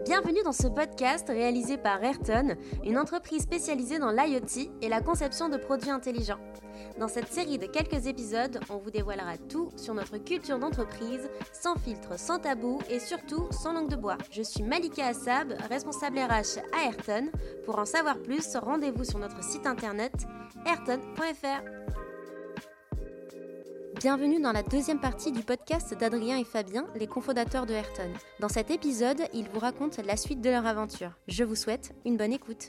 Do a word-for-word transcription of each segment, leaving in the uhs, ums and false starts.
Bienvenue dans ce podcast réalisé par Ayrton, une entreprise spécialisée dans l'IoT et la conception de produits intelligents. Dans cette série de quelques épisodes, on vous dévoilera tout sur notre culture d'entreprise, sans filtre, sans tabou et surtout sans langue de bois. Je suis Malika Assab, responsable R H à Ayrton. Pour en savoir plus, rendez-vous sur notre site internet ayrton point f r. Bienvenue dans la deuxième partie du podcast d'Adrien et Fabien, les cofondateurs de Ayrton. Dans cet épisode, ils vous racontent la suite de leur aventure. Je vous souhaite une bonne écoute.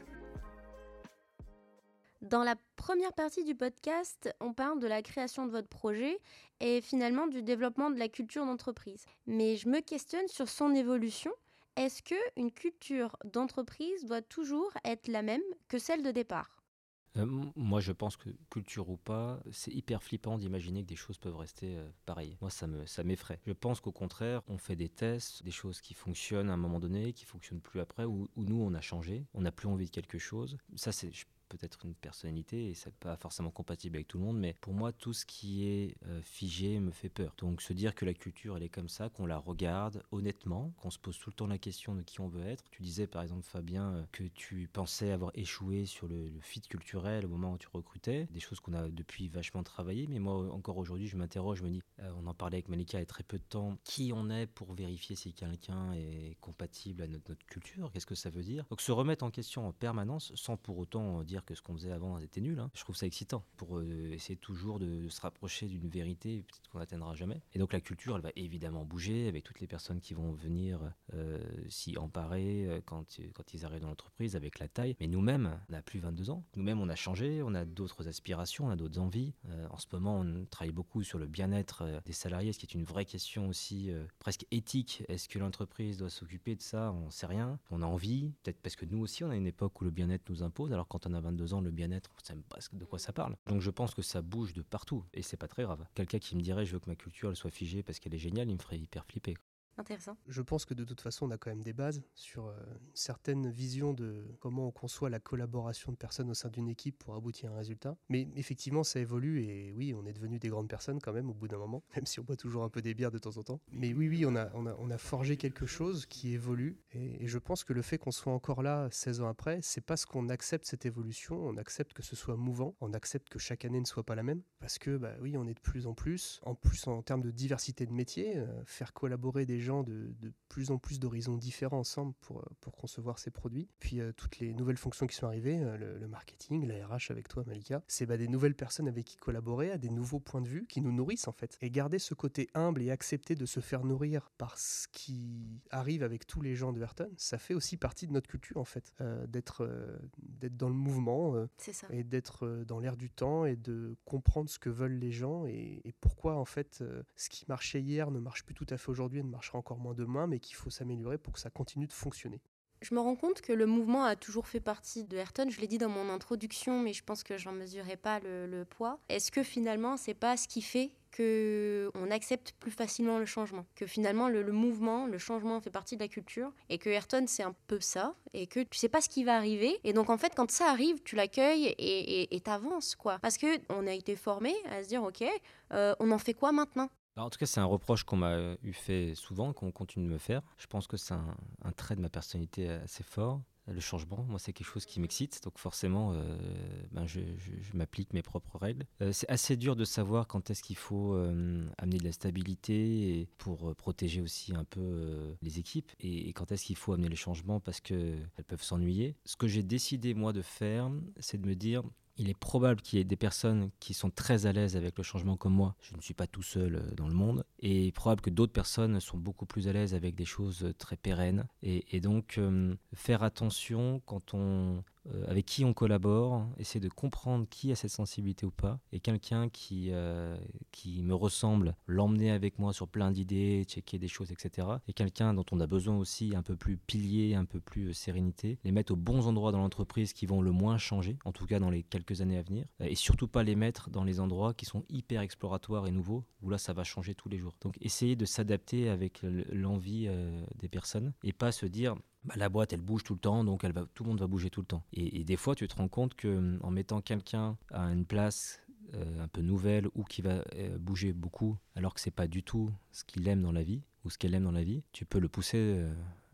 Dans la première partie du podcast, on parle de la création de votre projet et finalement du développement de la culture d'entreprise. Mais je me questionne sur son évolution. Est-ce qu'une culture d'entreprise doit toujours être la même que celle de départ ? Euh, moi, je pense que culture ou pas, c'est hyper flippant d'imaginer que des choses peuvent rester euh, pareilles. Moi, ça me, ça m'effraie. Je pense qu'au contraire, on fait des tests, des choses qui fonctionnent à un moment donné, qui fonctionnent plus après, où, où nous, on a changé, on n'a plus envie de quelque chose. Ça, c'est je, peut-être une personnalité et c'est pas forcément compatible avec tout le monde, mais pour moi, tout ce qui est euh, figé me fait peur. Donc, se dire que la culture, elle est comme ça, qu'on la regarde honnêtement, qu'on se pose tout le temps la question de qui on veut être. Tu disais, par exemple, Fabien, euh, que tu pensais avoir échoué sur le, le fit culturel au moment où tu recrutais, des choses qu'on a depuis vachement travaillé, mais moi, encore aujourd'hui, je m'interroge, je me dis, euh, on en parlait avec Malika il y a très peu de temps, qui on est pour vérifier si quelqu'un est compatible à notre, notre culture, qu'est-ce que ça veut dire? Donc, se remettre en question en permanence, sans pour autant dire que ce qu'on faisait avant était nul, hein. Je trouve ça excitant pour euh, essayer toujours de, de se rapprocher d'une vérité peut-être qu'on n'atteindra jamais. Et donc la culture, elle va évidemment bouger avec toutes les personnes qui vont venir euh, s'y emparer euh, quand, quand ils arrivent dans l'entreprise, avec la taille. Mais nous-mêmes, on n'a plus vingt-deux ans. Nous-mêmes, on a changé, on a d'autres aspirations, on a d'autres envies. Euh, en ce moment, on travaille beaucoup sur le bien-être euh, des salariés, ce qui est une vraie question aussi euh, presque éthique. Est-ce que l'entreprise doit s'occuper de ça? On ne sait rien. On a envie, peut-être parce que nous aussi, on a une époque où le bien-être nous impose. Alors quand on a vingt-deux ans, le bien-être, on ne sait même pas de quoi ça parle. Donc je pense que ça bouge de partout et c'est pas très grave. Quelqu'un qui me dirait je veux que ma culture elle soit figée parce qu'elle est géniale, il me ferait hyper flipper. Intéressant. Je pense que de toute façon, on a quand même des bases sur euh, une certaine vision de comment on conçoit la collaboration de personnes au sein d'une équipe pour aboutir à un résultat. Mais effectivement, ça évolue et oui, on est devenus des grandes personnes quand même au bout d'un moment, même si on boit toujours un peu des bières de temps en temps. Mais oui, oui, on a, on a, on a forgé quelque chose qui évolue et, et je pense que le fait qu'on soit encore là seize ans après, c'est parce qu'on accepte cette évolution, on accepte que ce soit mouvant, on accepte que chaque année ne soit pas la même parce que bah oui, on est de plus en plus, en plus en termes de diversité de métiers, euh, faire collaborer des gens De, de plus en plus d'horizons différents ensemble pour, pour concevoir ces produits. Puis euh, toutes les nouvelles fonctions qui sont arrivées, euh, le, le marketing, la R H avec toi Malika, c'est bah, des nouvelles personnes avec qui collaborer, à des nouveaux points de vue qui nous nourrissent en fait. Et garder ce côté humble et accepter de se faire nourrir par ce qui arrive avec tous les gens de Ayrton, ça fait aussi partie de notre culture en fait. Euh, d'être, euh, d'être dans le mouvement euh, C'est ça. et d'être euh, dans l'air du temps et de comprendre ce que veulent les gens et, et pourquoi en fait euh, ce qui marchait hier ne marche plus tout à fait aujourd'hui et ne marchera encore moins demain, mais qu'il faut s'améliorer pour que ça continue de fonctionner. Je me rends compte que le mouvement a toujours fait partie de Ayrton. Je l'ai dit dans mon introduction, mais je pense que j'en mesurais pas le, le poids. Est-ce que finalement, c'est pas ce qui fait qu'on accepte plus facilement le changement? Que finalement, le, le mouvement, le changement fait partie de la culture et que Ayrton, c'est un peu ça et que tu sais pas ce qui va arriver. Et donc, en fait, quand ça arrive, tu l'accueilles et t'avances, quoi. Parce qu'on a été formés à se dire, OK, euh, on en fait quoi maintenant? En tout cas, c'est un reproche qu'on m'a eu fait souvent, qu'on continue de me faire. Je pense que c'est un, un trait de ma personnalité assez fort. Le changement, moi, c'est quelque chose qui m'excite. Donc forcément, euh, ben je, je, je m'applique mes propres règles. Euh, c'est assez dur de savoir quand est-ce qu'il faut euh, amener de la stabilité et pour euh, protéger aussi un peu euh, les équipes. Et, et quand est-ce qu'il faut amener les changements parce qu'elles peuvent s'ennuyer. Ce que j'ai décidé, moi, de faire, c'est de me dire... Il est probable qu'il y ait des personnes qui sont très à l'aise avec le changement comme moi. Je ne suis pas tout seul dans le monde. Et il est probable que d'autres personnes sont beaucoup plus à l'aise avec des choses très pérennes. Et, et donc, euh, faire attention quand on... Euh, avec qui on collabore, essayer de comprendre qui a cette sensibilité ou pas, et quelqu'un qui, euh, qui me ressemble, l'emmener avec moi sur plein d'idées, checker des choses, et cetera. Et quelqu'un dont on a besoin aussi un peu plus pilier, un peu plus euh, sérénité, les mettre aux bons endroits dans l'entreprise qui vont le moins changer, en tout cas dans les quelques années à venir, euh, et surtout pas les mettre dans les endroits qui sont hyper exploratoires et nouveaux, où là ça va changer tous les jours. Donc essayer de s'adapter avec l'envie euh, des personnes, et pas se dire... Bah, la boîte, elle bouge tout le temps, donc elle va, tout le monde va bouger tout le temps. Et, et des fois, tu te rends compte qu'en mettant quelqu'un à une place euh, un peu nouvelle ou qui va euh, bouger beaucoup, alors que c'est pas du tout ce qu'il aime dans la vie ou ce qu'elle aime dans la vie, tu peux le pousser euh,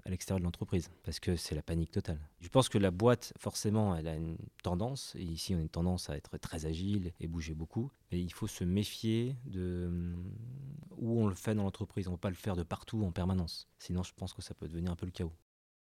à l'extérieur de l'entreprise, parce que c'est la panique totale. Je pense que la boîte, forcément, elle a une tendance, et ici on a une tendance à être très agile et bouger beaucoup, mais il faut se méfier de où on le fait dans l'entreprise. On ne peut pas le faire de partout en permanence, sinon je pense que ça peut devenir un peu le chaos.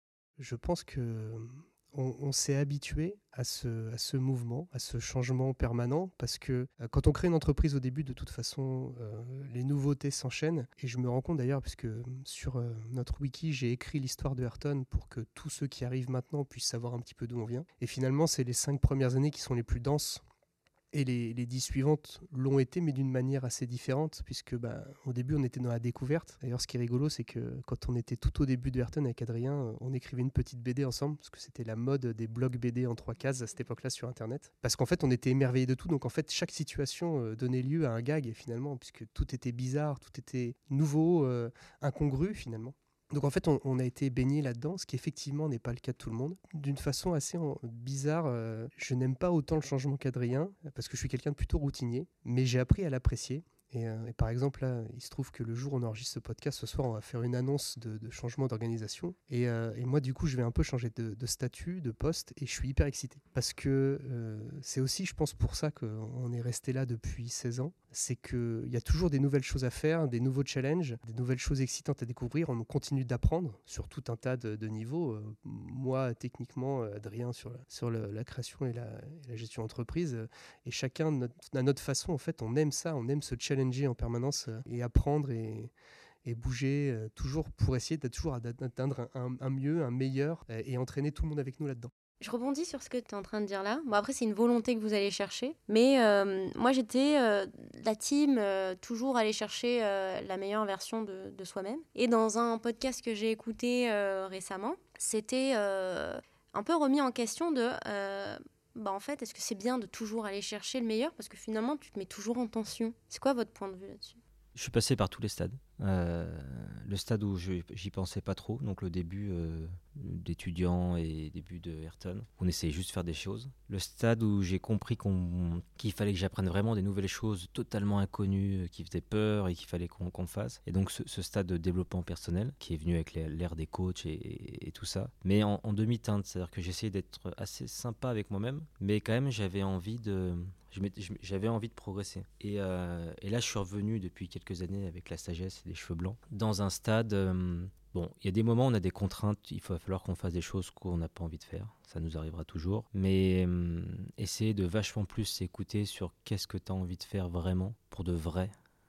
Je pense que on, on s'est habitué à ce, à ce mouvement, à ce changement permanent, parce que euh, quand on crée une entreprise au début, de toute façon, euh, les nouveautés s'enchaînent. Et je me rends compte d'ailleurs, parce que sur euh, notre wiki, j'ai écrit l'histoire de Ayrton pour que tous ceux qui arrivent maintenant puissent savoir un petit peu d'où on vient. Et finalement, c'est les cinq premières années qui sont les plus denses. Et les, les dix suivantes l'ont été, mais d'une manière assez différente, puisque bah, au début, on était dans la découverte. D'ailleurs, ce qui est rigolo, c'est que quand on était tout au début de Ayrton avec Adrien, on écrivait une petite B D ensemble, parce que c'était la mode des blogs B D en trois cases à cette époque-là sur Internet. Parce qu'en fait, on était émerveillés de tout. Donc en fait, chaque situation donnait lieu à un gag, finalement, puisque tout était bizarre, tout était nouveau, euh, incongru, finalement. Donc en fait, on, on a été baigné là-dedans, ce qui effectivement n'est pas le cas de tout le monde. D'une façon assez en, bizarre, euh, je n'aime pas autant le changement qu'Adrien, parce que je suis quelqu'un de plutôt routinier, mais j'ai appris à l'apprécier. Et, euh, et par exemple, là, il se trouve que le jour où on enregistre ce podcast, ce soir, on va faire une annonce de, de changement d'organisation. Et, euh, et moi, du coup, je vais un peu changer de, de statut, de poste, et je suis hyper excité. Parce que euh, c'est aussi, je pense, pour ça qu'on est resté là depuis seize ans. C'est qu'il y a toujours des nouvelles choses à faire, des nouveaux challenges, des nouvelles choses excitantes à découvrir. On continue d'apprendre sur tout un tas de, de niveaux. Euh, moi, techniquement, Adrien sur, la, sur le, la création et la, et la gestion d'entreprise. Et chacun, notre, à notre façon, en fait, on aime ça, on aime se challenger en permanence euh, et apprendre et, et bouger euh, toujours pour essayer d'être toujours d'atteindre un, un, un mieux, un meilleur euh, et entraîner tout le monde avec nous là-dedans. Je rebondis sur ce que tu es en train de dire là. Bon, après, c'est une volonté que vous allez chercher. Mais euh, moi, j'étais euh, la team, euh, toujours aller chercher euh, la meilleure version de, de soi-même. Et dans un podcast que j'ai écouté euh, récemment, c'était euh, un peu remis en question de... Euh, bah en fait, est-ce que c'est bien de toujours aller chercher le meilleur? Parce que finalement, tu te mets toujours en tension. C'est quoi votre point de vue là-dessus? Je suis passé par tous les stades. Euh, le stade où je, j'y pensais pas trop, donc le début euh, d'étudiant et début de Ayrton, on essayait juste de faire des choses. Le stade où j'ai compris qu'on, qu'il fallait que j'apprenne vraiment des nouvelles choses totalement inconnues, qui faisaient peur et qu'il fallait qu'on, qu'on fasse. Et donc ce, ce stade de développement personnel qui est venu avec l'ère des coachs et, et, et tout ça. Mais en, en demi-teinte, c'est-à-dire que j'essayais d'être assez sympa avec moi-même, mais quand même j'avais envie de... J'avais envie de progresser. Et, euh, et là, je suis revenu depuis quelques années avec la sagesse et les cheveux blancs, dans un stade... Euh, bon, il y a des moments où on a des contraintes, il va falloir qu'on fasse des choses qu'on n'a pas envie de faire. Ça nous arrivera toujours. Mais euh, essayer de vachement plus s'écouter sur qu'est-ce que tu as envie de faire vraiment, pour de vrai,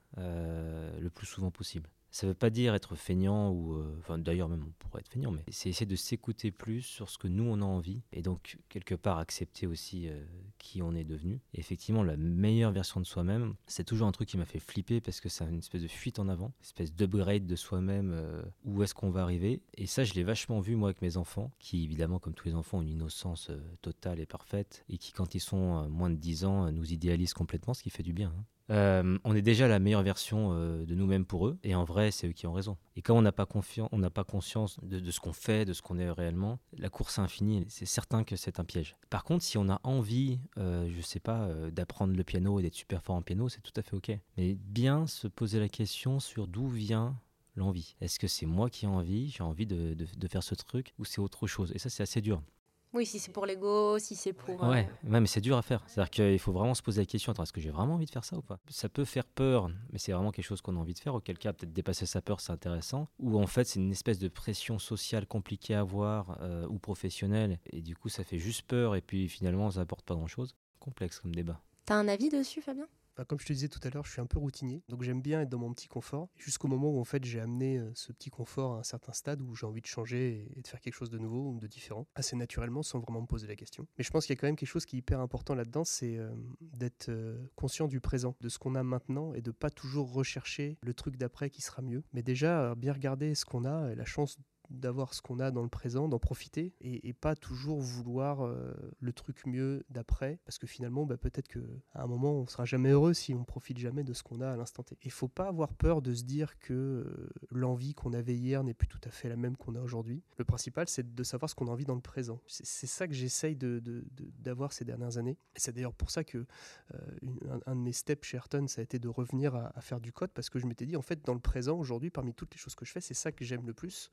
euh, le plus souvent possible. Ça ne veut pas dire être feignant, ou euh, enfin, d'ailleurs même on pourrait être feignant, mais c'est essayer de s'écouter plus sur ce que nous on a envie, et donc quelque part accepter aussi euh, qui on est devenu. Et effectivement, la meilleure version de soi-même, c'est toujours un truc qui m'a fait flipper, parce que c'est une espèce de fuite en avant, une espèce d'upgrade de soi-même, euh, où est-ce qu'on va arriver. Et ça, je l'ai vachement vu moi avec mes enfants, qui évidemment, comme tous les enfants, ont une innocence euh, totale et parfaite, et qui quand ils sont euh, moins de dix ans, euh, nous idéalisent complètement, ce qui fait du bien, hein. Euh, on est déjà la meilleure version euh, de nous-mêmes pour eux, et en vrai c'est eux qui ont raison. Et quand on n'a pas, confian- on n'a pas conscience de, de ce qu'on fait, de ce qu'on est réellement, la course à l'infini, c'est certain que c'est un piège. Par contre, si on a envie, euh, je sais pas, euh, d'apprendre le piano et d'être super fort en piano, c'est tout à fait ok. Mais bien se poser la question sur d'où vient l'envie. Est-ce que c'est moi qui ai envie, j'ai envie de, de, de faire ce truc, ou c'est autre chose? Et ça, c'est assez dur. Oui, si c'est pour l'ego, si c'est pour... Ouais, euh... ouais, mais c'est dur à faire. C'est-à-dire qu'il faut vraiment se poser la question, attends, est-ce que j'ai vraiment envie de faire ça ou pas? Ça peut faire peur, mais c'est vraiment quelque chose qu'on a envie de faire, auquel cas peut-être dépasser sa peur, c'est intéressant. Ou en fait, c'est une espèce de pression sociale compliquée à avoir, euh, ou professionnelle, et du coup, ça fait juste peur, et puis finalement, ça apporte pas grand-chose. Complexe comme débat. T'as un avis dessus, Fabien? Bah, comme je te disais tout à l'heure, je suis un peu routinier, donc j'aime bien être dans mon petit confort, jusqu'au moment où en fait j'ai amené euh, ce petit confort à un certain stade où j'ai envie de changer et, et de faire quelque chose de nouveau ou de différent, assez naturellement, sans vraiment me poser la question. Mais je pense qu'il y a quand même quelque chose qui est hyper important là-dedans, c'est euh, d'être euh, conscient du présent, de ce qu'on a maintenant, et de pas toujours rechercher le truc d'après qui sera mieux, mais déjà euh, bien regarder ce qu'on a et la chance d'avoir ce qu'on a dans le présent, d'en profiter, et, et pas toujours vouloir euh, le truc mieux d'après, parce que finalement bah, peut-être qu'à un moment on sera jamais heureux si on profite jamais de ce qu'on a à l'instant T. Il faut pas avoir peur de se dire que euh, l'envie qu'on avait hier n'est plus tout à fait la même qu'on a aujourd'hui. Le principal, c'est de savoir ce qu'on a envie dans le présent. C'est, c'est ça que j'essaye de, de, de, d'avoir ces dernières années, et c'est d'ailleurs pour ça que euh, une, un, un de mes steps chez Ayrton, ça a été de revenir à, à faire du code, parce que je m'étais dit en fait dans le présent aujourd'hui, parmi toutes les choses que je fais, c'est ça que j'aime le plus, parmi tout ce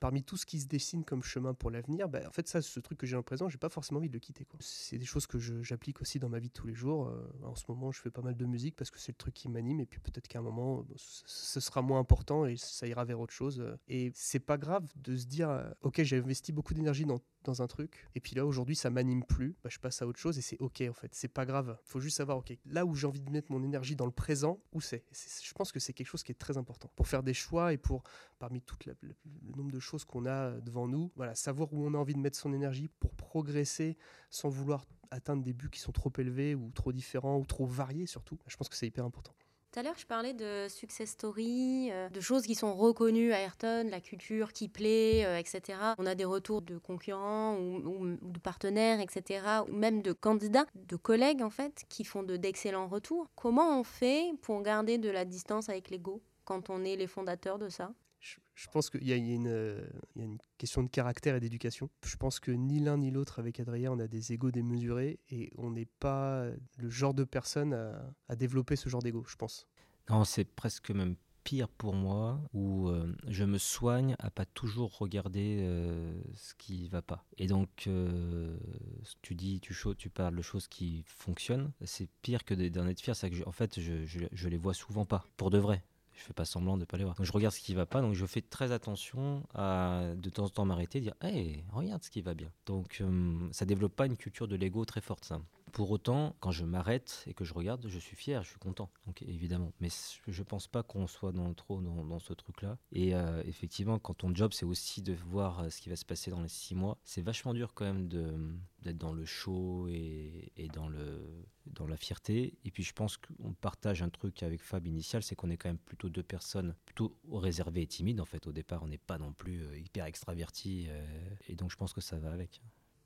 ce qui se dessine comme chemin pour l'avenir, bah, en fait, ça, ce truc que j'ai dans le présent, j'ai pas forcément envie de le quitter, quoi. C'est des choses que je, j'applique aussi dans ma vie de tous les jours. Euh, en ce moment, je fais pas mal de musique parce que c'est le truc qui m'anime, et puis peut-être qu'à un moment, bon, ce, ce sera moins important et ça ira vers autre chose. Et c'est pas grave de se dire, euh, ok, j'ai investi beaucoup d'énergie dans dans un truc, et puis là aujourd'hui ça m'anime plus, bah, je passe à autre chose, et c'est ok en fait, c'est pas grave, faut juste savoir ok, là où j'ai envie de mettre mon énergie dans le présent, où c'est, c'est je pense que c'est quelque chose qui est très important pour faire des choix, et pour, parmi tout le, le nombre de choses qu'on a devant nous, voilà, savoir où on a envie de mettre son énergie pour progresser sans vouloir atteindre des buts qui sont trop élevés ou trop différents ou trop variés surtout. Je pense que c'est hyper important. Tout à l'heure, je parlais de success story, euh, de choses qui sont reconnues à Ayrton, la culture qui plaît, euh, et cetera. On a des retours de concurrents ou, ou, ou de partenaires, et cetera. Ou même de candidats, de collègues en fait, qui font de, d'excellents retours. Comment on fait pour garder de la distance avec l'ego quand on est les fondateurs de ça ? Je, je pense qu'il y a, il y a une, euh, il y a une question de caractère et d'éducation. Je pense que ni l'un ni l'autre avec Adrien, on a des égos démesurés, et on n'est pas le genre de personne à, à développer ce genre d'ego, je pense. Non, c'est presque même pire pour moi, où euh, je me soigne à pas toujours regarder euh, ce qui va pas. Et donc, euh, tu dis, tu, cho- tu parles de choses qui fonctionnent, c'est pire que d'en être fier. C'est que je- en fait, je, je, je les vois souvent pas, pour de vrai. Je fais pas semblant de pas les voir. Donc je regarde ce qui va pas, donc je fais très attention à de temps en temps m'arrêter et dire hey, regarde ce qui va bien. Donc euh, ça développe pas une culture de l'ego très forte, ça. Pour autant, quand je m'arrête et que je regarde, je suis fier, je suis content, donc évidemment. Mais je pense pas qu'on soit dans, trop dans, dans ce truc-là. Et euh, effectivement, quand ton job, c'est aussi de voir ce qui va se passer dans les six mois, c'est vachement dur quand même de, d'être dans le show et, et dans, le, dans la fierté. Et puis je pense qu'on partage un truc avec Fab initial, c'est qu'on est quand même plutôt deux personnes plutôt réservées et timides. En fait, au départ, on n'est pas non plus euh, hyper extravertis. Euh, et donc je pense que ça va avec.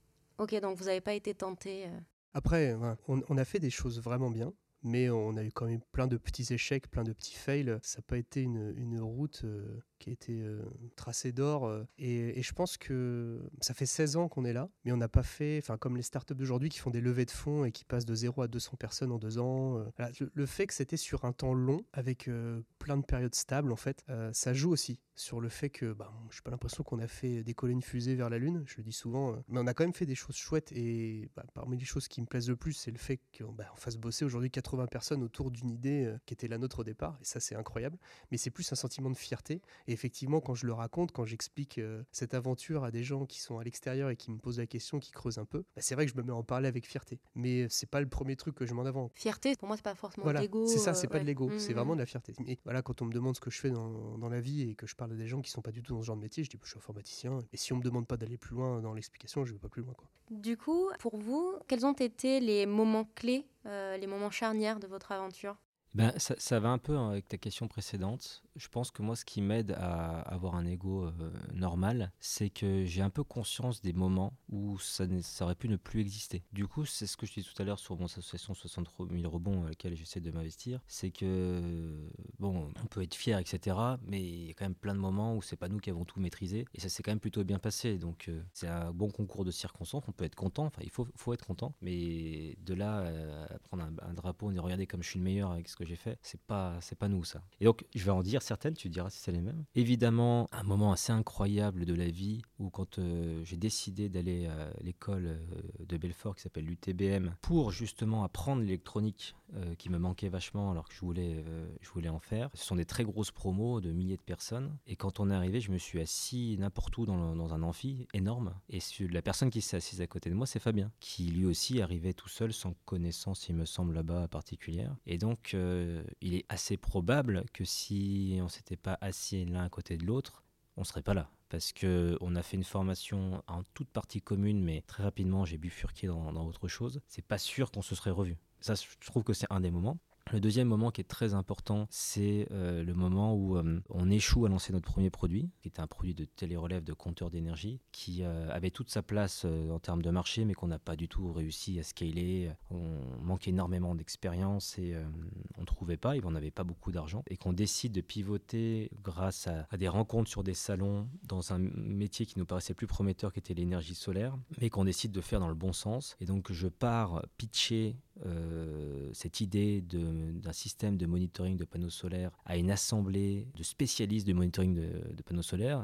Ok, donc vous n'avez pas été tenté euh... Après, on, on a fait des choses vraiment bien, mais on a eu quand même plein de petits échecs, plein de petits fails. Ça n'a pas été une, une route euh, qui a été euh, tracée d'or. Euh, et, et je pense que ça fait seize ans qu'on est là, mais on n'a pas fait, enfin comme les startups d'aujourd'hui qui font des levées de fonds et qui passent de zéro à deux cents personnes en deux ans. Euh, voilà, le, le fait que c'était sur un temps long, avec euh, plein de périodes stables, en fait, euh, ça joue aussi sur le fait que, bah, je n'ai pas l'impression qu'on a fait décoller une fusée vers la Lune, je le dis souvent, euh, mais on a quand même fait des choses chouettes, et bah, parmi les choses qui me plaisent le plus, c'est le fait qu'on bah, on fasse bosser aujourd'hui quatre-vingts personnes autour d'une idée euh, qui était la nôtre au départ, et ça c'est incroyable, mais c'est plus un sentiment de fierté. Et effectivement, quand je le raconte, quand j'explique euh, cette aventure à des gens qui sont à l'extérieur et qui me posent la question, qui creusent un peu, bah, c'est vrai que je me mets à en parler avec fierté, mais c'est pas le premier truc que je mets en avant. Fierté, pour moi c'est pas forcément Voilà, de l'ego. c'est ça, c'est euh, pas ouais. de l'ego, Mmh, c'est mmh. vraiment de la fierté. Mais voilà, quand on me demande ce que je fais dans, dans la vie et que je parle à des gens qui sont pas du tout dans ce genre de métier, je dis je suis informaticien, et si on me demande pas d'aller plus loin dans l'explication, je vais pas plus loin, quoi. Du coup, pour vous, quels ont été les moments clés, euh, les moments charnières de votre aventure ? Ben, ça, ça va un peu avec ta question précédente. Je pense que moi, ce qui m'aide à avoir un ego euh, normal, c'est que j'ai un peu conscience des moments où ça, ne- ça aurait pu ne plus exister. Du coup, c'est ce que je disais tout à l'heure sur mon association soixante mille rebonds à laquelle j'essaie de m'investir. C'est que, bon, on peut être fier, et cetera. Mais il y a quand même plein de moments où c'est pas nous qui avons tout maîtrisé. Et ça s'est quand même plutôt bien passé. Donc, euh, c'est un bon concours de circonstances. On peut être content. Enfin, il faut, faut être content. Mais de là euh, à prendre un, un drapeau et dire regardez comme je suis le meilleur avec ce que j'ai fait, c'est pas, c'est pas nous ça. Et donc, je vais en dire certaines, tu diras si c'est les mêmes. Évidemment, un moment assez incroyable de la vie où quand euh, j'ai décidé d'aller à l'école euh, de Belfort qui s'appelle l'U T B M pour justement apprendre l'électronique euh, qui me manquait vachement alors que je voulais, euh, je voulais en faire. Ce sont des très grosses promos de milliers de personnes. Et quand on est arrivé, je me suis assis n'importe où dans, le, dans un amphi énorme. Et sur, la personne qui s'est assise à côté de moi, c'est Fabien, qui lui aussi arrivait tout seul sans connaissance, il me semble, là-bas particulière. Et donc, euh, il est assez probable que si on s'était pas assis l'un à côté de l'autre, on serait pas là. Parce qu'on a fait une formation en toute partie commune, mais très rapidement, j'ai bifurqué dans, dans autre chose. C'est pas sûr qu'on se serait revu. Ça, je trouve que c'est un des moments. Le deuxième moment qui est très important, c'est euh, le moment où euh, on échoue à lancer notre premier produit, qui était un produit de télérelève de compteur d'énergie, qui euh, avait toute sa place euh, en termes de marché, mais qu'on n'a pas du tout réussi à scaler. On manquait énormément d'expérience et euh, on ne trouvait pas, et on n'avait pas beaucoup d'argent. Et qu'on décide de pivoter grâce à, à des rencontres sur des salons dans un métier qui nous paraissait plus prometteur, qui était l'énergie solaire, mais qu'on décide de faire dans le bon sens. Et donc je pars pitcher euh, cette idée de d'un système de monitoring de panneaux solaires à une assemblée de spécialistes de monitoring de, de panneaux solaires,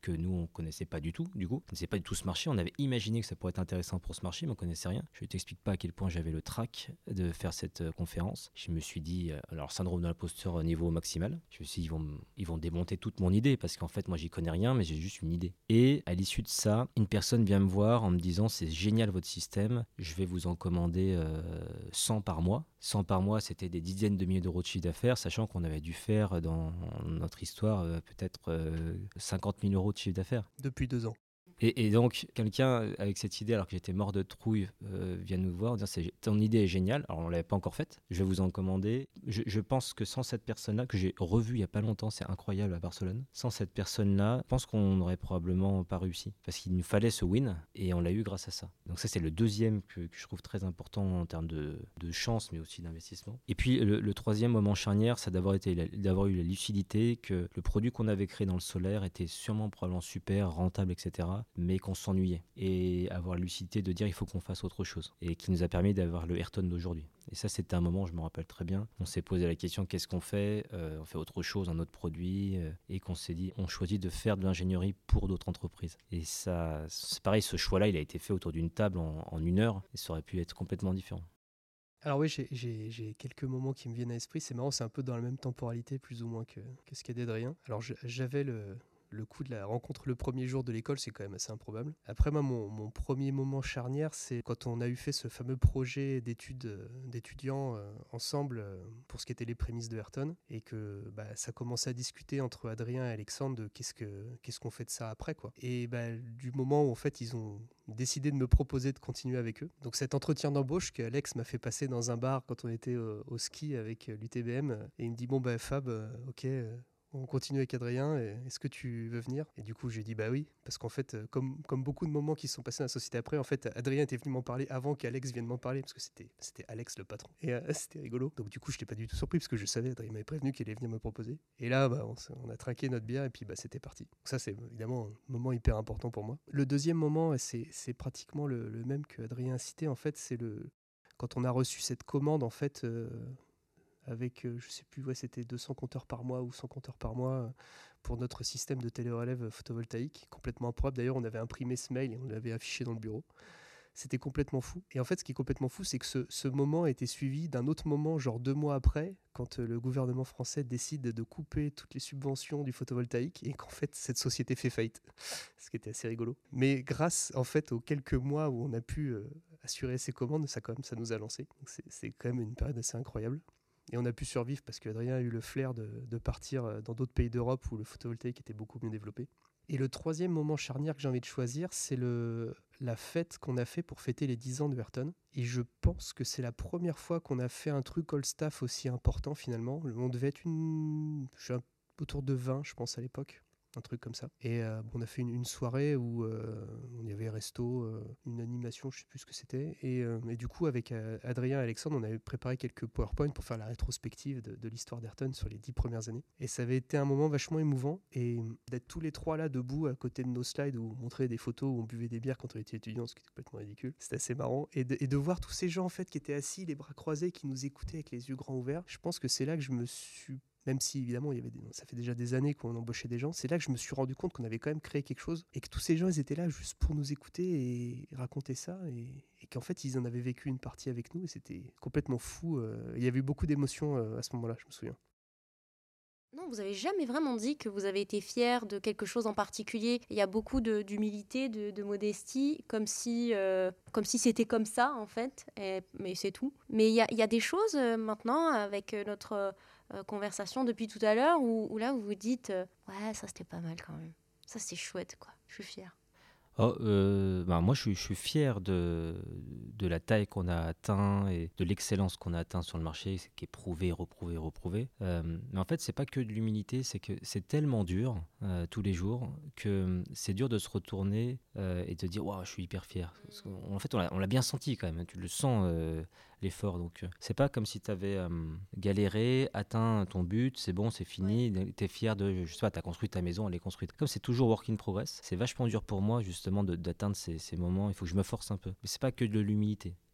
que nous, on ne connaissait pas du tout, du coup. On ne connaissait pas du tout ce marché. On avait imaginé que ça pourrait être intéressant pour ce marché, mais on ne connaissait rien. Je ne t'explique pas à quel point j'avais le trac de faire cette euh, conférence. Je me suis dit, euh, alors syndrome de l'imposteur au niveau maximal. Je me suis dit, ils vont, ils vont démonter toute mon idée, parce qu'en fait, moi, j'y connais rien, mais j'ai juste une idée. Et à l'issue de ça, une personne vient me voir en me disant, c'est génial votre système, je vais vous en commander euh, cent par mois. cent par mois, c'était des dizaines de milliers d'euros de chiffre d'affaires, sachant qu'on avait dû faire dans notre histoire euh, peut-être euh, cinquante mille euros de chiffre d'affaires. Depuis deux ans. Et, et donc, quelqu'un avec cette idée, alors que j'étais mort de trouille, euh, vient nous voir en disant c'est, ton idée est géniale. Alors, on ne l'avait pas encore faite. Je vais vous en commander. Je, je pense que sans cette personne-là, que j'ai revue il n'y a pas longtemps, c'est incroyable à Barcelone, sans cette personne-là, je pense qu'on n'aurait probablement pas réussi. Parce qu'il nous fallait ce win et on l'a eu grâce à ça. Donc, ça, c'est le deuxième que, que je trouve très important en termes de, de chance, mais aussi d'investissement. Et puis, le, le troisième moment charnière, c'est d'avoir, été, d'avoir eu la lucidité que le produit qu'on avait créé dans le solaire était sûrement probablement super, rentable, et cetera, mais qu'on s'ennuyait, et avoir la lucidité de dire il faut qu'on fasse autre chose, et qui nous a permis d'avoir le Ayrton d'aujourd'hui. Et ça, c'était un moment, je me rappelle très bien, on s'est posé la question qu'est-ce qu'on fait, euh, on fait autre chose, un autre produit, euh, et qu'on s'est dit on choisit de faire de l'ingénierie pour d'autres entreprises. Et ça, c'est pareil, ce choix-là, il a été fait autour d'une table en, en une heure, et ça aurait pu être complètement différent. Alors oui, j'ai, j'ai, j'ai quelques moments qui me viennent à l'esprit. C'est marrant, c'est un peu dans la même temporalité plus ou moins que, que ce qu'a dit Adrien. Alors je- j'avais le, le coup de la rencontre le premier jour de l'école, c'est quand même assez improbable. Après moi, mon, mon premier moment charnière, c'est quand on a eu fait ce fameux projet d'études euh, d'étudiants euh, ensemble euh, pour ce qui était les prémices de Ayrton, et que bah, ça commençait à discuter entre Adrien et Alexandre de qu'est-ce, que, qu'est-ce qu'on fait de ça après, quoi. Et bah, du moment où en fait ils ont décidé de me proposer de continuer avec eux. Donc cet entretien d'embauche qu'Alex m'a fait passer dans un bar quand on était au, au ski avec l'U T B M, euh, et il me dit bon bah Fab, euh, ok, euh, on continue avec Adrien, et est-ce que tu veux venir? Et du coup j'ai dit bah oui, parce qu'en fait euh, comme, comme beaucoup de moments qui se sont passés dans la société après, en fait Adrien était venu m'en parler avant qu'Alex vienne m'en parler, parce que c'était, c'était Alex le patron. Et euh, c'était rigolo. Donc du coup je n'étais pas du tout surpris, parce que je savais, Adrien m'avait prévenu qu'il allait venir me proposer. Et là bah, on, on a trinqué notre bière, et puis bah, c'était parti. Donc ça c'est évidemment un moment hyper important pour moi. Le deuxième moment, c'est, c'est pratiquement le, le même que Adrien a cité, en fait, c'est le quand on a reçu cette commande, en fait, euh, avec, euh, je sais plus, ouais, c'était deux cents compteurs par mois ou cent compteurs par mois euh, pour notre système de télérelève photovoltaïque, complètement improbable. D'ailleurs, on avait imprimé ce mail et on l'avait affiché dans le bureau. C'était complètement fou. Et en fait, ce qui est complètement fou, c'est que ce, ce moment a été suivi d'un autre moment, genre deux mois après, quand euh, le gouvernement français décide de couper toutes les subventions du photovoltaïque, et qu'en fait, cette société fait faillite. Ce qui était assez rigolo. Mais grâce, en fait, aux quelques mois où on a pu euh, assurer ces commandes, ça, quand même, ça nous a lancé. Donc c'est, c'est quand même une période assez incroyable. Et on a pu survivre parce qu'Adrien a eu le flair de, de partir dans d'autres pays d'Europe où le photovoltaïque était beaucoup mieux développé. Et le troisième moment charnière que j'ai envie de choisir, c'est le, la fête qu'on a fait pour fêter les dix ans de Ayrton. Et je pense que c'est la première fois qu'on a fait un truc all-staff aussi important finalement. On devait être une, je suis un, autour de vingt, je pense, à l'époque. Un truc comme ça. Et euh, bon, on a fait une, une soirée où euh, on y avait resto, euh, une animation, je sais plus ce que c'était. Et, euh, et du coup, avec euh, Adrien et Alexandre, on avait préparé quelques PowerPoint pour faire la rétrospective de, de l'histoire d'Ayrton sur les dix premières années. Et ça avait été un moment vachement émouvant. Et d'être tous les trois là, debout, à côté de nos slides, où on montrait des photos où on buvait des bières quand on était étudiants, ce qui était complètement ridicule. C'était assez marrant. Et de, et de voir tous ces gens en fait qui étaient assis, les bras croisés, qui nous écoutaient avec les yeux grands ouverts, je pense que c'est là que je me suis... Même si, évidemment, il y avait des... ça fait déjà des années qu'on embauchait des gens, c'est là que je me suis rendu compte qu'on avait quand même créé quelque chose et que tous ces gens, ils étaient là juste pour nous écouter et raconter ça, et, et qu'en fait, ils en avaient vécu une partie avec nous, et c'était complètement fou. Il y avait eu beaucoup d'émotions à ce moment-là, je me souviens. Non, vous avez jamais vraiment dit que vous avez été fier de quelque chose en particulier. Il y a beaucoup de, d'humilité, de, de modestie, comme si, euh, comme si c'était comme ça, en fait. Et, mais c'est tout. Mais il y a, il y a des choses euh, maintenant, avec notre euh, conversation depuis tout à l'heure, où, où là, vous vous dites euh, ouais, ça c'était pas mal quand même. Ça c'est chouette, quoi. Je suis fière. Oh, euh, ben moi, je suis, je suis fier de, de la taille qu'on a atteint et de l'excellence qu'on a atteint sur le marché, qui est prouvé, reprouvé, reprouvé. Euh, mais en fait, c'est pas que de l'humilité, c'est que c'est tellement dur euh, tous les jours que c'est dur de se retourner euh, et de dire waouh, je suis hyper fier. Parce qu'en fait, on l'a, on l'a bien senti quand même. Tu le sens. Euh, l'effort. Donc, euh, c'est pas comme si tu avais euh, galéré, atteint ton but, c'est bon, c'est fini, ouais. Tu es fier de, je sais pas, tu as construit ta maison, elle est construite. Comme c'est toujours work in progress, c'est vachement dur pour moi, justement, de, d'atteindre ces, ces moments. Il faut que je me force un peu. Mais c'est pas que de l'humilité.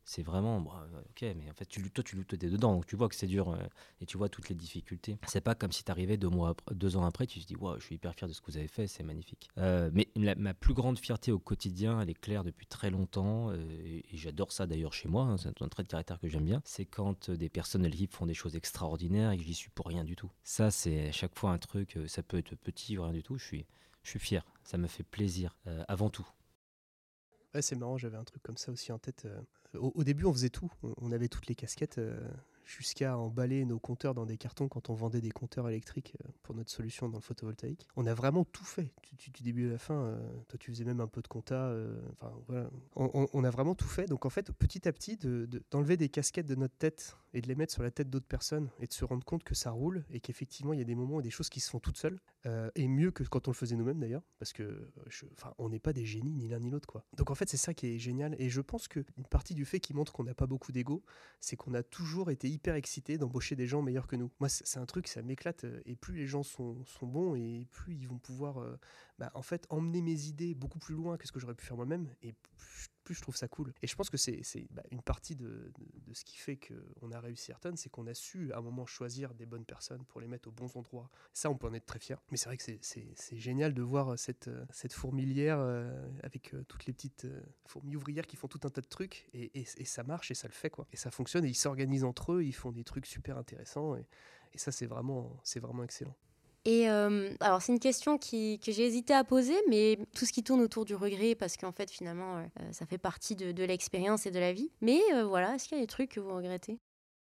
C'est vraiment, bon, euh, ok, mais en fait, tu, toi, tu luttes dedans, donc tu vois que c'est dur euh, et tu vois toutes les difficultés. C'est pas comme si tu arrivais deux, mois après- deux ans après, tu te dis, waouh, je suis hyper fier de ce que vous avez fait, c'est magnifique. Euh, mais la- ma plus grande fierté au quotidien, elle est claire depuis très longtemps, euh, et, et j'adore ça d'ailleurs chez moi, hein, c'est un trait de caractère que j'aime bien, c'est quand euh, des personnes de l'équipe font des choses extraordinaires et que j'y suis pour rien du tout. Ça, c'est à chaque fois un truc, euh, ça peut être petit ou rien du tout, je suis, je suis fier, ça me fait plaisir, euh, avant tout. Ouais, c'est marrant, j'avais un truc comme ça aussi en tête. euh. Au, au début, on faisait tout. On, on avait toutes les casquettes, euh, jusqu'à emballer nos compteurs dans des cartons quand on vendait des compteurs électriques euh, pour notre solution dans le photovoltaïque. On a vraiment tout fait, du, du- du début à la fin. euh, toi, tu faisais même un peu de compta. euh, Enfin, voilà. On, on- on a vraiment tout fait. Donc, en fait, petit à petit, de- de- d'enlever des casquettes de notre tête et de les mettre sur la tête d'autres personnes et de se rendre compte que ça roule et qu'effectivement, il y a des moments et des choses qui se font toutes seules. Euh, et mieux que quand on le faisait nous-mêmes d'ailleurs, parce que euh, je- enfin, on n'est pas des génies ni l'un ni l'autre, quoi. Donc en fait, c'est ça qui est génial. Et je pense qu'une partie du fait qui montre qu'on n'a pas beaucoup d'ego, c'est qu'on a toujours été hyper excités d'embaucher des gens meilleurs que nous. Moi, c'est c'est un truc, ça m'éclate. euh, Et plus les gens sont, sont bons, et plus ils vont pouvoir, euh, bah, en fait, emmener mes idées beaucoup plus loin que ce que j'aurais pu faire moi-même. Et plus, plus je trouve ça cool. Et je pense que c'est c'est, bah, une partie de, de- de ce qui fait qu'on a réussi Ayrton, c'est qu'on a su à un moment choisir des bonnes personnes pour les mettre aux bons endroits. Ça, on peut en être très fier. Mais c'est vrai que c'est- c'est c'est génial de voir cette, euh, cette fourmilière, euh, avec euh, toutes les petites euh, fourmis ouvrières qui font tout un tas de trucs. Et, et- et ça marche et ça le fait, quoi. Et ça fonctionne et ils s'organisent entre eux, ils font des trucs super intéressants. Et, et ça, c'est vraiment, c'est vraiment excellent. Et euh, alors, c'est une question qui, que j'ai hésité à poser, mais tout ce qui tourne autour du regret, parce qu'en fait, finalement, euh, euh, ça fait partie de, de l'expérience et de la vie. Mais euh, voilà, est-ce qu'il y a des trucs que vous regrettez?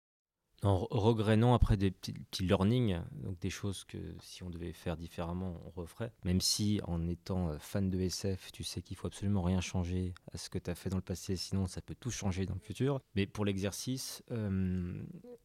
En re- regret, non, après des petits, petits learnings, donc des choses que si on devait faire différemment, on referait. Même si en étant euh, fan de S F, tu sais qu'il faut absolument rien changer à ce que tu as fait dans le passé, sinon ça peut tout changer dans le futur. Mais pour l'exercice, euh,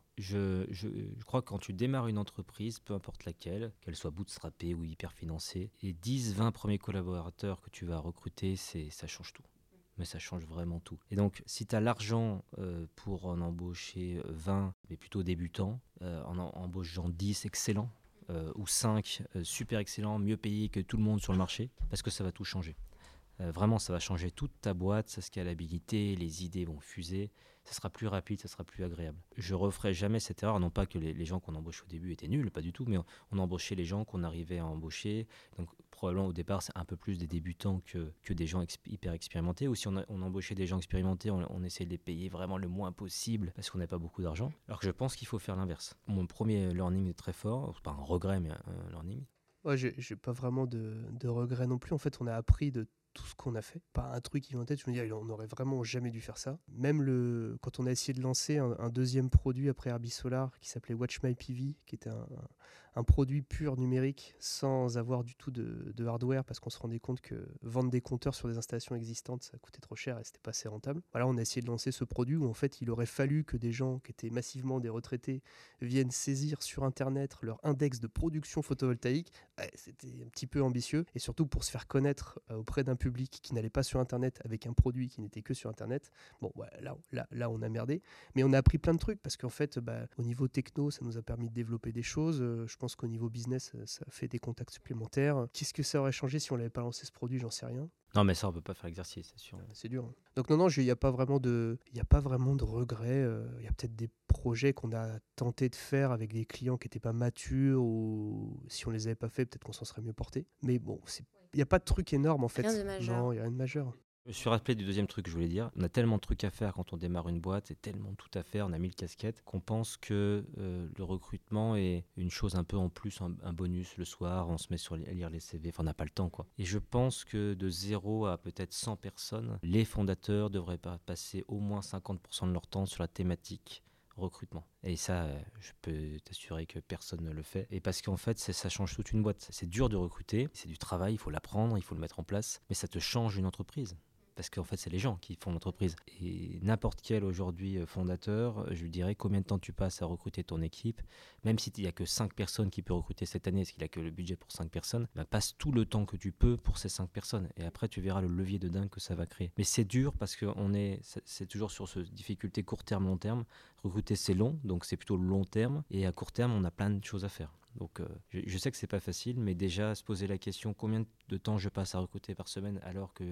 je, je, je crois que quand tu démarres une entreprise, peu importe laquelle, qu'elle soit bootstrappée ou hyper financée, les dix vingt premiers collaborateurs que tu vas recruter, c'est, ça change tout. Mais ça change vraiment tout. Et donc, si tu as l'argent euh, pour en embaucher euh, vingt, mais plutôt débutants, euh, en en embauchant dix excellents, euh, ou cinq euh, super excellents, mieux payés que tout le monde sur le marché, parce que ça va tout changer. Euh, vraiment, ça va changer toute ta boîte, sa scalabilité, les idées vont fuser, ça sera plus rapide, ça sera plus agréable. Je referai jamais cette erreur, non pas que les, les gens qu'on embauchait au début étaient nuls, pas du tout, mais on, on embauchait les gens qu'on arrivait à embaucher. Donc probablement au départ, c'est un peu plus des débutants que, que des gens exp- hyper expérimentés. Ou si on, a, on embauchait des gens expérimentés, on, on essayait de les payer vraiment le moins possible parce qu'on n'a pas beaucoup d'argent. Alors que je pense qu'il faut faire l'inverse. Mon premier learning est très fort, c'est pas un regret, mais un, un learning. Ouais, j'ai j'ai pas vraiment de, de regrets non plus. En fait, on a appris de tout ce qu'on a fait. Pas un truc qui vient en tête, je me dis, ah, on aurait vraiment jamais dû faire ça. Même le, quand on a essayé de lancer un, un deuxième produit après Herbie Solar qui s'appelait Watch My P V, qui était un, un produit pur numérique sans avoir du tout de, de hardware, parce qu'on se rendait compte que vendre des compteurs sur des installations existantes, ça coûtait trop cher et c'était pas assez rentable. Voilà, on a essayé de lancer ce produit où en fait il aurait fallu que des gens qui étaient massivement des retraités viennent saisir sur internet leur index de production photovoltaïque. Ouais, c'était un petit peu ambitieux, et surtout pour se faire connaître euh, auprès d'un public qui n'allait pas sur internet avec un produit qui n'était que sur internet. Bon, ouais, là, là, là on a merdé, mais on a appris plein de trucs, parce qu'en fait, bah, au niveau techno, ça nous a permis de développer des choses. Euh, je pense qu'au niveau business, euh, ça a fait des contacts supplémentaires. Qu'est-ce que ça aurait changé si on n'avait pas lancé ce produit? J'en sais rien. Non, mais ça, on peut pas faire exercice, c'est sûr. C'est dur, hein. Donc non, non, il n'y a pas vraiment de, il y a pas vraiment de regrets. Il euh, y a peut-être des projets qu'on a tenté de faire avec des clients qui n'étaient pas matures, ou si on les avait pas fait, peut-être qu'on s'en serait mieux porté. Mais bon, il n'y a pas de truc énorme en fait. Rien de majeur. Non, il n'y a rien de majeur. Je me suis rappelé du deuxième truc que je voulais dire. On a tellement de trucs à faire quand on démarre une boîte, et tellement tout à faire, on a mille casquettes, qu'on pense que euh, le recrutement est une chose un peu en plus, un, un bonus le soir, on se met sur, à lire les C V, enfin on n'a pas le temps, quoi. Et je pense que de zéro à peut-être cent personnes, les fondateurs devraient pas passer au moins cinquante pour cent de leur temps sur la thématique recrutement. Et ça, euh, je peux t'assurer que personne ne le fait. Et parce qu'en fait, ça change toute une boîte. C'est dur de recruter, c'est du travail, il faut l'apprendre, il faut le mettre en place, mais ça te change une entreprise. Parce qu'en fait, c'est les gens qui font l'entreprise. Et n'importe quel aujourd'hui fondateur, je lui dirais combien de temps tu passes à recruter ton équipe, même s'il n'y a que cinq personnes qui peut recruter cette année, parce qu'il n'a que le budget pour cinq personnes, bah passe tout le temps que tu peux pour ces cinq personnes. Et après, tu verras le levier de dingue que ça va créer. Mais c'est dur parce que on est, c'est toujours sur cette difficulté court terme, long terme. Recruter, c'est long, donc c'est plutôt long terme. Et à court terme, on a plein de choses à faire. Donc euh, je, je sais que c'est pas facile, mais déjà se poser la question combien de temps je passe à recruter par semaine alors que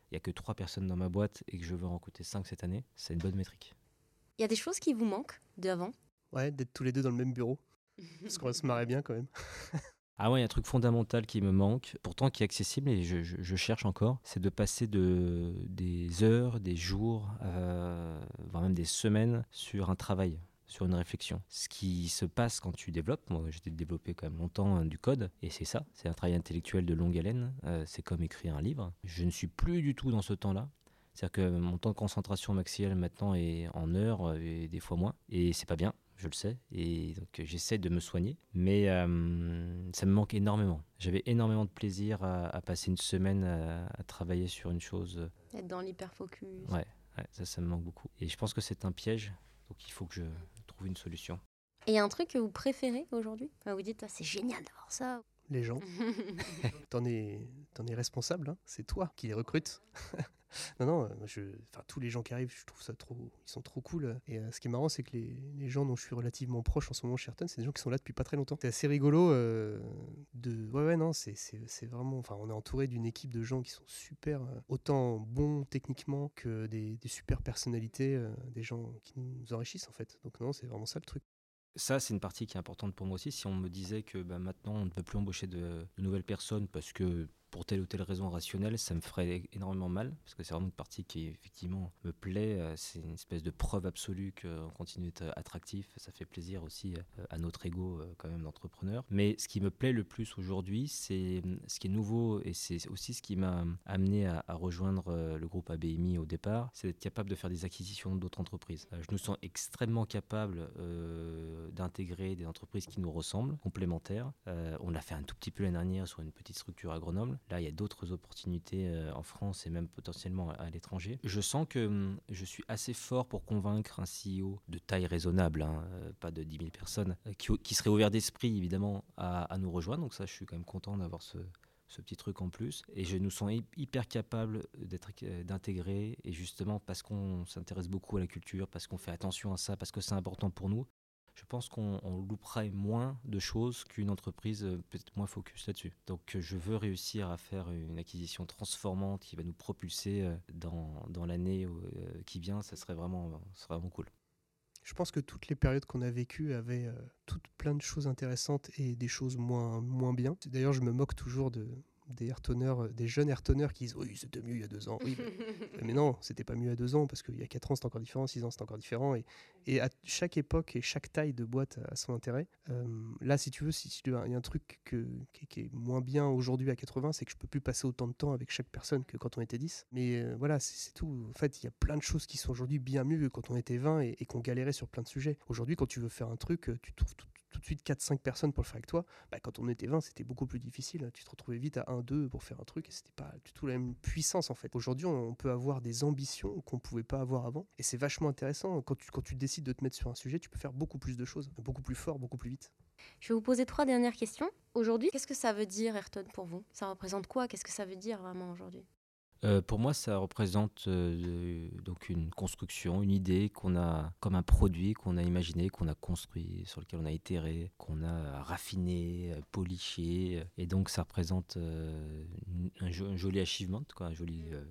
il n'y a que trois personnes dans ma boîte et que je veux en recruter cinq cette année, c'est une bonne métrique. Il y a des choses qui vous manquent d'avant? Ouais, d'être tous les deux dans le même bureau. Parce qu'on se marrait bien quand même. Ah ouais, il y a un truc fondamental qui me manque, pourtant qui est accessible et je, je- je cherche encore, c'est de passer de, des heures, des jours, euh, voire même des semaines sur un travail, sur une réflexion. Ce qui se passe quand tu développes, moi j'ai développé quand même longtemps hein, du code, et c'est ça, c'est un travail intellectuel de longue haleine, euh, c'est comme écrire un livre. Je ne suis plus du tout dans ce temps-là. C'est-à-dire que mon temps de concentration maximal maintenant est en heures euh, et des fois moins, et c'est pas bien. Je le sais, et donc euh, j'essaie de me soigner, mais euh, ça me manque énormément. J'avais énormément de plaisir à, à passer une semaine à, à travailler sur une chose. Être dans l'hyperfocus. Ouais, ouais, ça, ça me manque beaucoup. Et je pense que c'est un piège, donc il faut que je trouve une solution. Et il y a un truc que vous préférez aujourd'hui? Enfin, vous dites, ah, c'est génial d'avoir ça. Les gens, t'en es, t'en es responsable, hein, c'est toi qui les recrutes. Non, non, euh, je, enfin, tous les gens qui arrivent, je trouve ça trop, ils sont trop cool. Et euh, ce qui est marrant, c'est que les, les gens dont je suis relativement proche en ce moment chez Ayrton, c'est des gens qui sont là depuis pas très longtemps. C'est assez rigolo. Euh, de, ouais, ouais, non, c'est, c'est, c'est vraiment, enfin, on est entouré d'une équipe de gens qui sont super, euh, autant bons techniquement que des, des super personnalités, euh, des gens qui nous enrichissent en fait. Donc non, c'est vraiment ça le truc. Ça, c'est une partie qui est importante pour moi aussi. Si on me disait que bah, maintenant, on ne peut plus embaucher de, de nouvelles personnes parce que pour telle ou telle raison rationnelle, ça me ferait énormément mal, parce que c'est vraiment une partie qui effectivement me plaît. Euh, C'est une espèce de preuve absolue qu'on continue d'être attractif. Ça fait plaisir aussi euh, à notre ego euh, quand même d'entrepreneur. Mais ce qui me plaît le plus aujourd'hui, c'est ce qui est nouveau, et c'est aussi ce qui m'a amené à, à rejoindre euh, le groupe A B M I au départ, c'est d'être capable de faire des acquisitions d'autres entreprises. Euh, je nous sens extrêmement capable euh, d'intégrer des entreprises qui nous ressemblent, complémentaires. Euh, on l'a fait un tout petit peu l'année dernière sur une petite structure à Grenoble. Là, il y a d'autres opportunités euh, en France et même potentiellement à, à l'étranger. Je sens que hum, je suis assez fort pour convaincre un C E O de taille raisonnable, hein, euh, pas de dix mille personnes, euh, qui, qui serait ouvert d'esprit évidemment à, à nous rejoindre. Donc ça, je suis quand même content d'avoir ce, ce petit truc en plus. Et je nous sens hy- hyper capable d'être, euh, d'intégrer, et justement parce qu'on s'intéresse beaucoup à la culture, parce qu'on fait attention à ça, parce que c'est important pour nous, je pense qu'on on louperait moins de choses qu'une entreprise euh, peut-être moins focus là-dessus. Donc euh, je veux réussir à faire une acquisition transformante qui va nous propulser euh, dans, dans l'année euh, qui vient. Ça serait vraiment, ça serait vraiment cool. Je pense que toutes les périodes qu'on a vécues avaient euh, toutes plein de choses intéressantes et des choses moins, moins bien. D'ailleurs, je me moque toujours de, des Ayrtoners, euh, des jeunes Ayrtoners qui disent oui, c'était mieux il y a deux ans. Oui, mais, mais non, c'était pas mieux il y a deux ans parce qu'il y a quatre ans c'était encore différent, six ans c'était encore différent. Et, et à chaque époque et chaque taille de boîte a son intérêt. Euh, là, si tu veux, si, si il y a un truc que, qui, qui est moins bien aujourd'hui à quatre-vingts, c'est que je peux plus passer autant de temps avec chaque personne que quand on était dix. Mais euh, voilà, c'est, c'est tout. En fait, il y a plein de choses qui sont aujourd'hui bien mieux que quand on était vingt et, et qu'on galérait sur plein de sujets. Aujourd'hui, quand tu veux faire un truc, tu trouves tout, tout de suite quatre cinq personnes pour le faire avec toi. Bah, quand on était vingt, c'était beaucoup plus difficile. Tu te retrouvais vite à un deux pour faire un truc et c'était pas du tout la même puissance en fait. Aujourd'hui, on peut avoir des ambitions qu'on pouvait pas avoir avant et c'est vachement intéressant. Quand tu, quand tu décides de te mettre sur un sujet, tu peux faire beaucoup plus de choses, beaucoup plus fort, beaucoup plus vite. Je vais vous poser trois dernières questions. Aujourd'hui, qu'est-ce que ça veut dire Ayrton pour vous? Ça représente quoi? Qu'est-ce que ça veut dire vraiment aujourd'hui? Euh, pour moi, ça représente euh, donc une construction, une idée qu'on a comme un produit qu'on a imaginé, qu'on a construit, sur lequel on a itéré, qu'on a raffiné, euh, poliché. Et donc, ça représente euh, une- un, jo- un joli achievement, quoi, un joli euh,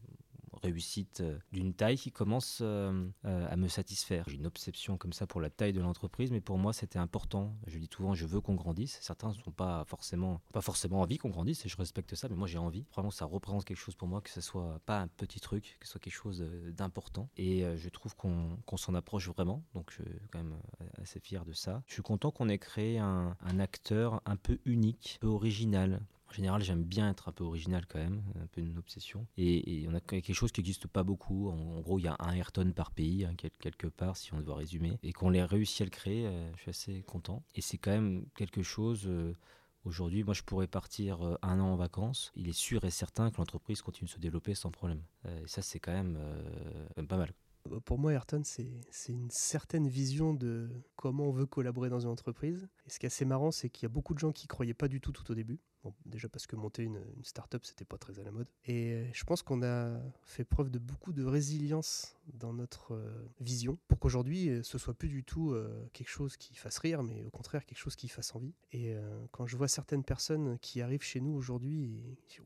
réussite euh, d'une taille qui commence euh, euh, à me satisfaire. J'ai une obsession comme ça pour la taille de l'entreprise, mais pour moi c'était important. Je dis souvent, je veux qu'on grandisse. Certains ne sont pas forcément, pas forcément envie qu'on grandisse, et je respecte ça, mais moi j'ai envie. Vraiment, ça représente quelque chose pour moi, que ce soit pas un petit truc, que ce soit quelque chose euh, d'important. Et euh, je trouve qu'on, qu'on s'en approche vraiment, donc je suis quand même euh, assez fier de ça. Je suis content qu'on ait créé un, un acteur un peu unique, un peu original. En général, j'aime bien être un peu original quand même, un peu une obsession. Et, et on a quelque chose qui n'existe pas beaucoup. En, en gros, il y a un Ayrton par pays, hein, quel- quelque part, si on doit résumer. Et qu'on ait réussi à le créer, euh, je suis assez content. Et c'est quand même quelque chose... euh, Aujourd'hui, moi, je pourrais partir euh, un an en vacances. Il est sûr et certain que l'entreprise continue de se développer sans problème. Euh, et ça, c'est quand même, euh, quand même pas mal. Pour moi, Ayrton, c'est, c'est une certaine vision de comment on veut collaborer dans une entreprise. Et ce qui est assez marrant, c'est qu'il y a beaucoup de gens qui ne croyaient pas du tout tout au début. Bon, déjà parce que monter une, une start-up, c'était pas très à la mode. Et je pense qu'on a fait preuve de beaucoup de résilience dans notre euh, vision pour qu'aujourd'hui, euh, ce soit plus du tout euh, quelque chose qui fasse rire, mais au contraire quelque chose qui fasse envie. Et euh, quand je vois certaines personnes qui arrivent chez nous aujourd'hui, et je dis waouh,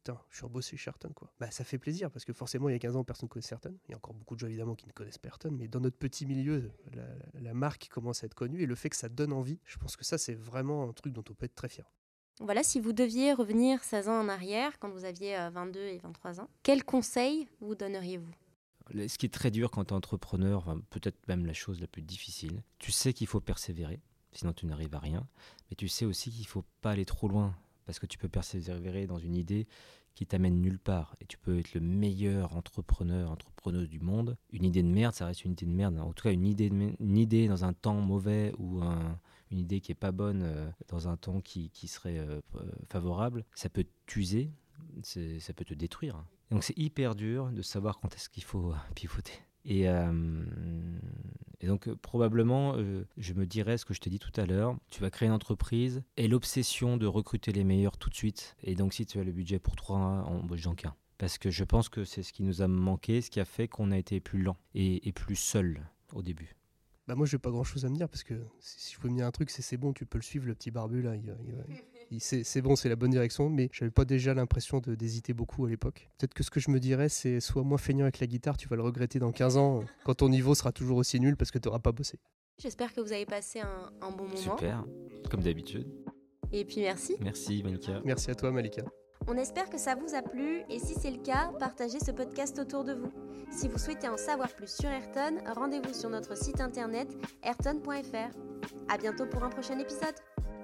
putain, je suis rebossé chez Ayrton, quoi. Bah, ça fait plaisir parce que forcément, il y a quinze ans, personne ne connaissait Ayrton. Il y a encore beaucoup de gens évidemment qui ne connaissent pas Ayrton, mais dans notre petit milieu, la, la marque commence à être connue et le fait que ça donne envie, je pense que ça, c'est vraiment un truc dont on peut être très fier. Voilà, si vous deviez revenir seize ans en arrière, quand vous aviez vingt-deux et vingt-trois ans, quels conseils vous donneriez-vous ? Ce qui est très dur quand tu es entrepreneur, enfin, peut-être même la chose la plus difficile, tu sais qu'il faut persévérer, sinon tu n'arrives à rien, mais tu sais aussi qu'il ne faut pas aller trop loin, parce que tu peux persévérer dans une idée qui t'amène nulle part, et tu peux être le meilleur entrepreneur, entrepreneuse du monde. Une idée de merde, ça reste une idée de merde, en tout cas une idée, de, une idée dans un temps mauvais ou un, une idée qui n'est pas bonne euh, dans un temps qui, qui serait euh, favorable, ça peut t'user, c'est, ça peut te détruire. Donc c'est hyper dur de savoir quand est-ce qu'il faut pivoter. Et, euh, et donc euh, probablement, euh, je me dirais ce que je t'ai dit tout à l'heure, tu vas créer une entreprise et l'obsession de recruter les meilleurs tout de suite. Et donc si tu as le budget pour trois, embauche-en qu'un. Parce que je pense que c'est ce qui nous a manqué, ce qui a fait qu'on a été plus lent et, et plus seul au début. Bah moi, je n'ai pas grand-chose à me dire parce que si je peux me dire un truc, c'est c'est bon, tu peux le suivre, le petit barbu là. Il, il, il, c'est, c'est bon, c'est la bonne direction, mais je n'avais pas déjà l'impression de, d'hésiter beaucoup à l'époque. Peut-être que ce que je me dirais, c'est sois moins feignant avec la guitare, tu vas le regretter dans quinze ans quand ton niveau sera toujours aussi nul parce que tu n'auras pas bossé. J'espère que vous avez passé un, un bon moment. Super, comme d'habitude. Et puis merci. Merci Malika. Merci à toi Malika. On espère que ça vous a plu et si c'est le cas, partagez ce podcast autour de vous. Si vous souhaitez en savoir plus sur Ayrton, rendez-vous sur notre site internet ayrton point f r. À bientôt pour un prochain épisode.